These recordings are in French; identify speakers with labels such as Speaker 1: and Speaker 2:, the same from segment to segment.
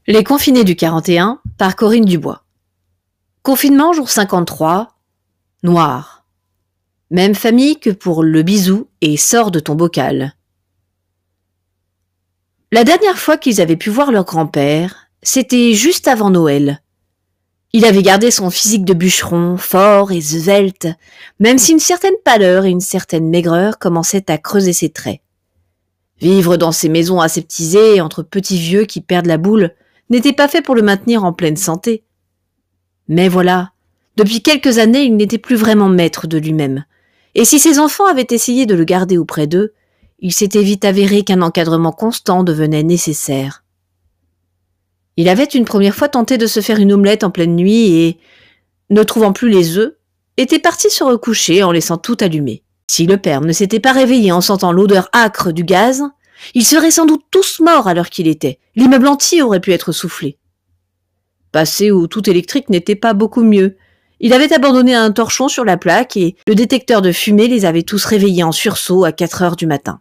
Speaker 1: Les confinés du 41 par Corinne Dubois. Confinement jour 53, noir. Même famille que pour le bisou et sors de ton bocal. La dernière fois qu'ils avaient pu voir leur grand-père, c'était juste avant Noël. Il avait gardé son physique de bûcheron, fort et svelte, même si une certaine pâleur et une certaine maigreur commençaient à creuser ses traits. Vivre dans ces maisons aseptisées, entre petits vieux qui perdent la boule, n'était pas fait pour le maintenir en pleine santé. Mais voilà, depuis quelques années, il n'était plus vraiment maître de lui-même. Et si ses enfants avaient essayé de le garder auprès d'eux, il s'était vite avéré qu'un encadrement constant devenait nécessaire. Il avait une première fois tenté de se faire une omelette en pleine nuit et, ne trouvant plus les œufs, était parti se recoucher en laissant tout allumé. Si le père ne s'était pas réveillé en sentant l'odeur âcre du gaz, ils seraient sans doute tous morts à l'heure qu'il était. L'immeuble entier aurait pu être soufflé. Passé où tout électrique n'était pas beaucoup mieux. Il avait abandonné un torchon sur la plaque et le détecteur de fumée les avait tous réveillés en sursaut à 4 heures du matin.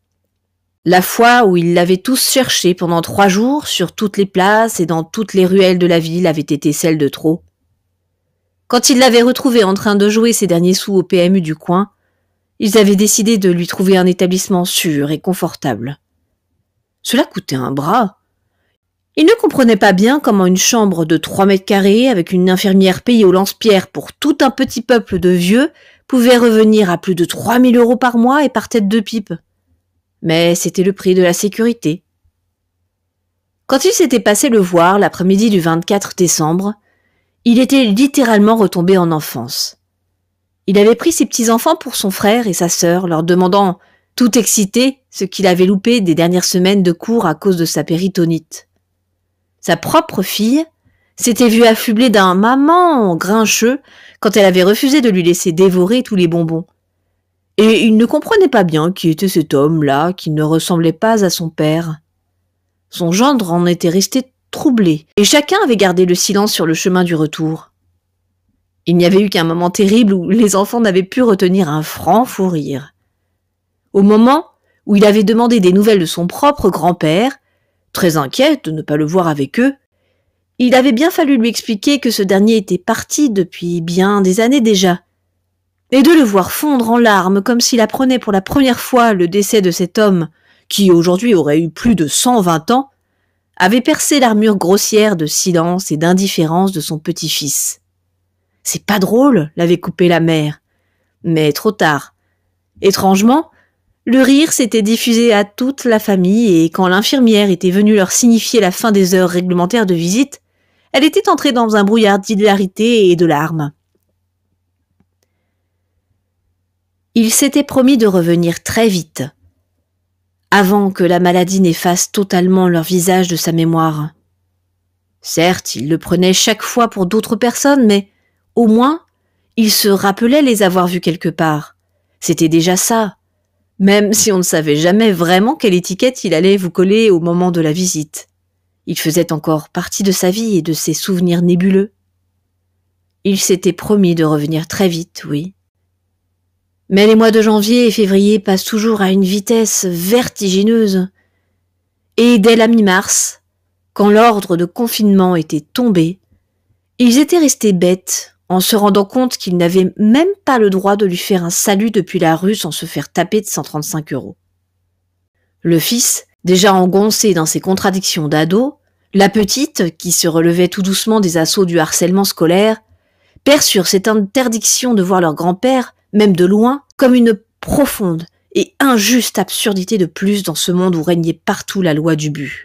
Speaker 1: La fois où ils l'avaient tous cherché pendant 3 jours sur toutes les places et dans toutes les ruelles de la ville avait été celle de trop. Quand ils l'avaient retrouvé en train de jouer ses derniers sous au PMU du coin, ils avaient décidé de lui trouver un établissement sûr et confortable. Cela coûtait un bras. Ils ne comprenaient pas bien comment une chambre de 3 mètres carrés avec une infirmière payée au lance-pierre pour tout un petit peuple de vieux pouvait revenir à plus de 3 000 € par mois et par tête de pipe. Mais c'était le prix de la sécurité. Quand il s'était passé le voir l'après-midi du 24 décembre, il était littéralement retombé en enfance. Il avait pris ses petits-enfants pour son frère et sa sœur, leur demandant, tout excité, ce qu'il avait loupé des dernières semaines de cours à cause de sa péritonite. Sa propre fille s'était vue affublée d'un « maman » grincheux quand elle avait refusé de lui laisser dévorer tous les bonbons. Et il ne comprenait pas bien qui était cet homme-là qui ne ressemblait pas à son père. Son gendre en était resté troublé, et chacun avait gardé le silence sur le chemin du retour. Il n'y avait eu qu'un moment terrible où les enfants n'avaient pu retenir un franc fou rire. Au moment où il avait demandé des nouvelles de son propre grand-père, très inquiet de ne pas le voir avec eux, il avait bien fallu lui expliquer que ce dernier était parti depuis bien des années déjà. Et de le voir fondre en larmes comme s'il apprenait pour la première fois le décès de cet homme, qui aujourd'hui aurait eu plus de 120 ans, avait percé l'armure grossière de silence et d'indifférence de son petit-fils. C'est pas drôle, l'avait coupé la mère. Mais trop tard. Étrangement, le rire s'était diffusé à toute la famille et quand l'infirmière était venue leur signifier la fin des heures réglementaires de visite, elle était entrée dans un brouillard d'hilarité et de larmes. Il s'était promis de revenir très vite, avant que la maladie n'efface totalement leur visage de sa mémoire. Certes, il le prenait chaque fois pour d'autres personnes, mais au moins, il se rappelait les avoir vus quelque part. C'était déjà ça, même si on ne savait jamais vraiment quelle étiquette il allait vous coller au moment de la visite. Il faisait encore partie de sa vie et de ses souvenirs nébuleux. Il s'était promis de revenir très vite, oui. Mais les mois de janvier et février passent toujours à une vitesse vertigineuse. Et dès la mi-mars, quand l'ordre de confinement était tombé, ils étaient restés bêtes en se rendant compte qu'ils n'avaient même pas le droit de lui faire un salut depuis la rue sans se faire taper de 135 €. Le fils, déjà engoncé dans ses contradictions d'ado, la petite, qui se relevait tout doucement des assauts du harcèlement scolaire, perçurent cette interdiction de voir leur grand-père, même de loin, comme une profonde et injuste absurdité de plus dans ce monde où régnait partout la loi du but.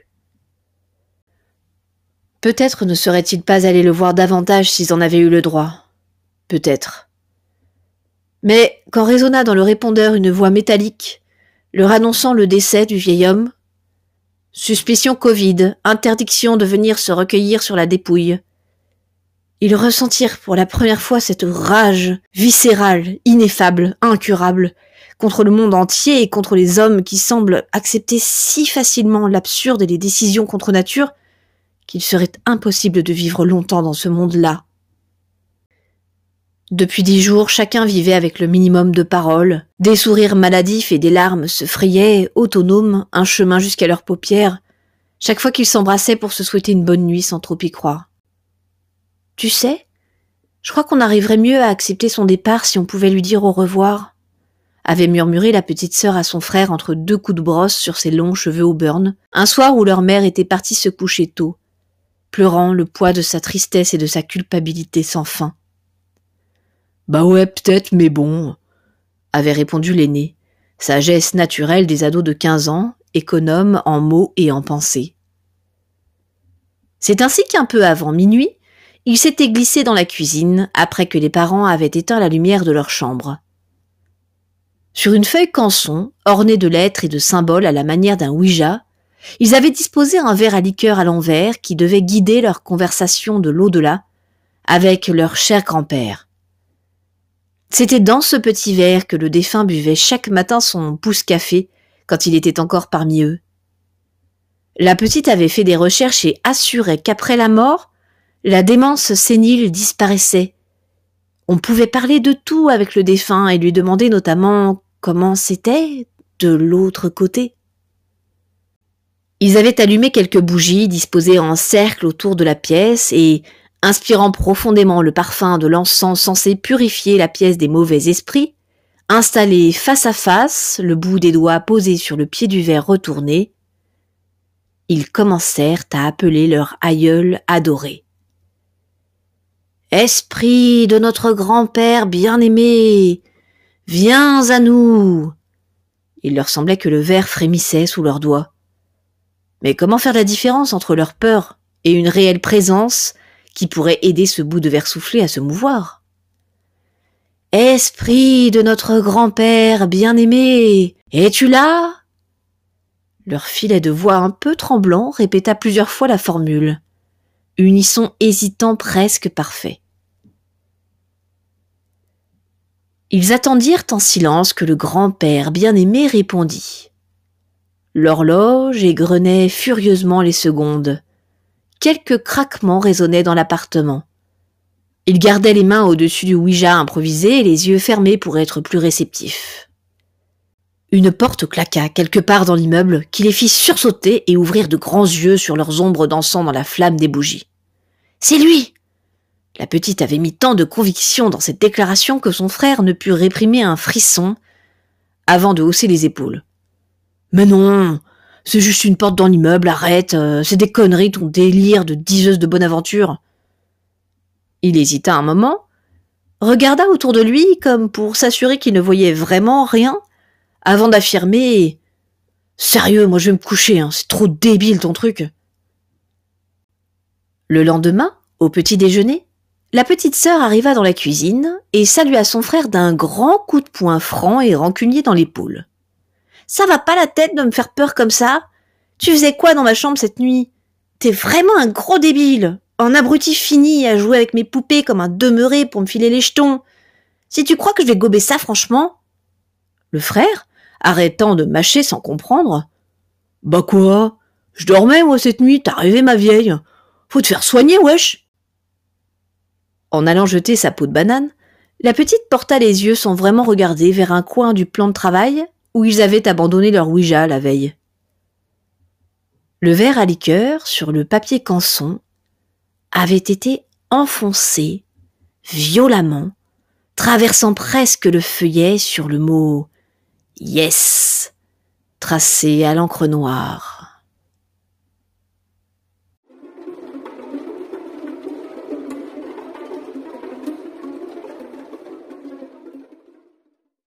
Speaker 1: Peut-être ne seraient-ils pas allés le voir davantage s'ils en avaient eu le droit. Peut-être. Mais quand résonna dans le répondeur une voix métallique, leur annonçant le décès du vieil homme, « Suspicion Covid, interdiction de venir se recueillir sur la dépouille », ils ressentirent pour la première fois cette rage viscérale, ineffable, incurable, contre le monde entier et contre les hommes qui semblent accepter si facilement l'absurde et les décisions contre nature qu'il serait impossible de vivre longtemps dans ce monde-là. Depuis 10 jours, chacun vivait avec le minimum de paroles, des sourires maladifs et des larmes se frayaient, autonomes, un chemin jusqu'à leurs paupières, chaque fois qu'ils s'embrassaient pour se souhaiter une bonne nuit sans trop y croire. « Tu sais, je crois qu'on arriverait mieux à accepter son départ si on pouvait lui dire au revoir, » avait murmuré la petite sœur à son frère entre 2 coups de brosse sur ses longs cheveux auburn, un soir où leur mère était partie se coucher tôt, pleurant le poids de sa tristesse et de sa culpabilité sans fin. « Bah ouais, peut-être, mais bon, » avait répondu l'aîné, sagesse naturelle des ados de 15 ans, économe en mots et en pensées. C'est ainsi qu'un peu avant minuit, il s'était glissé dans la cuisine après que les parents avaient éteint la lumière de leur chambre. Sur une feuille canson, ornée de lettres et de symboles à la manière d'un Ouija, ils avaient disposé un verre à liqueur à l'envers qui devait guider leur conversation de l'au-delà avec leur cher grand-père. C'était dans ce petit verre que le défunt buvait chaque matin son pousse-café quand il était encore parmi eux. La petite avait fait des recherches et assurait qu'après la mort, la démence sénile disparaissait. On pouvait parler de tout avec le défunt et lui demander notamment comment c'était de l'autre côté. Ils avaient allumé quelques bougies disposées en cercle autour de la pièce et, inspirant profondément le parfum de l'encens censé purifier la pièce des mauvais esprits, installés face à face, le bout des doigts posé sur le pied du verre retourné, ils commencèrent à appeler leur aïeul adoré. « Esprit de notre grand-père bien-aimé, viens à nous !» Il leur semblait que le verre frémissait sous leurs doigts. Mais comment faire la différence entre leur peur et une réelle présence qui pourrait aider ce bout de verre soufflé à se mouvoir? « Esprit de notre grand-père bien-aimé, es-tu là ?» Leur filet de voix un peu tremblant répéta plusieurs fois la formule. Unisson hésitant presque parfait. Ils attendirent en silence que le grand-père bien-aimé répondit. L'horloge égrenait furieusement les secondes. Quelques craquements résonnaient dans l'appartement. Il gardait les mains au-dessus du Ouija improvisé et les yeux fermés pour être plus réceptif. Une porte claqua quelque part dans l'immeuble qui les fit sursauter et ouvrir de grands yeux sur leurs ombres dansant dans la flamme des bougies. « C'est lui !» La petite avait mis tant de conviction dans cette déclaration que son frère ne put réprimer un frisson avant de hausser les épaules. « Mais non, c'est juste une porte dans l'immeuble, arrête, c'est des conneries ton délire de diseuse de bonne aventure. » Il hésita un moment, regarda autour de lui comme pour s'assurer qu'il ne voyait vraiment rien, avant d'affirmer « Sérieux, moi je vais me coucher, hein, c'est trop débile ton truc !» Le lendemain, au petit déjeuner, la petite sœur arriva dans la cuisine et salua son frère d'un grand coup de poing franc et rancunier dans l'épaule. « Ça va pas la tête de me faire peur comme ça? Tu faisais quoi dans ma chambre cette nuit? T'es vraiment un gros débile, un abruti fini à jouer avec mes poupées comme un demeuré pour me filer les jetons. Si tu crois que je vais gober ça franchement ?» Le frère, arrêtant de mâcher sans comprendre. « Bah quoi? Je dormais moi cette nuit, t'as rêvé ma vieille. Faut te faire soigner, wesh !» En allant jeter sa peau de banane, la petite porta les yeux sans vraiment regarder vers un coin du plan de travail où ils avaient abandonné leur Ouija la veille. Le verre à liqueur sur le papier canson avait été enfoncé violemment, traversant presque le feuillet sur le mot « Yes » tracé à l'encre noire.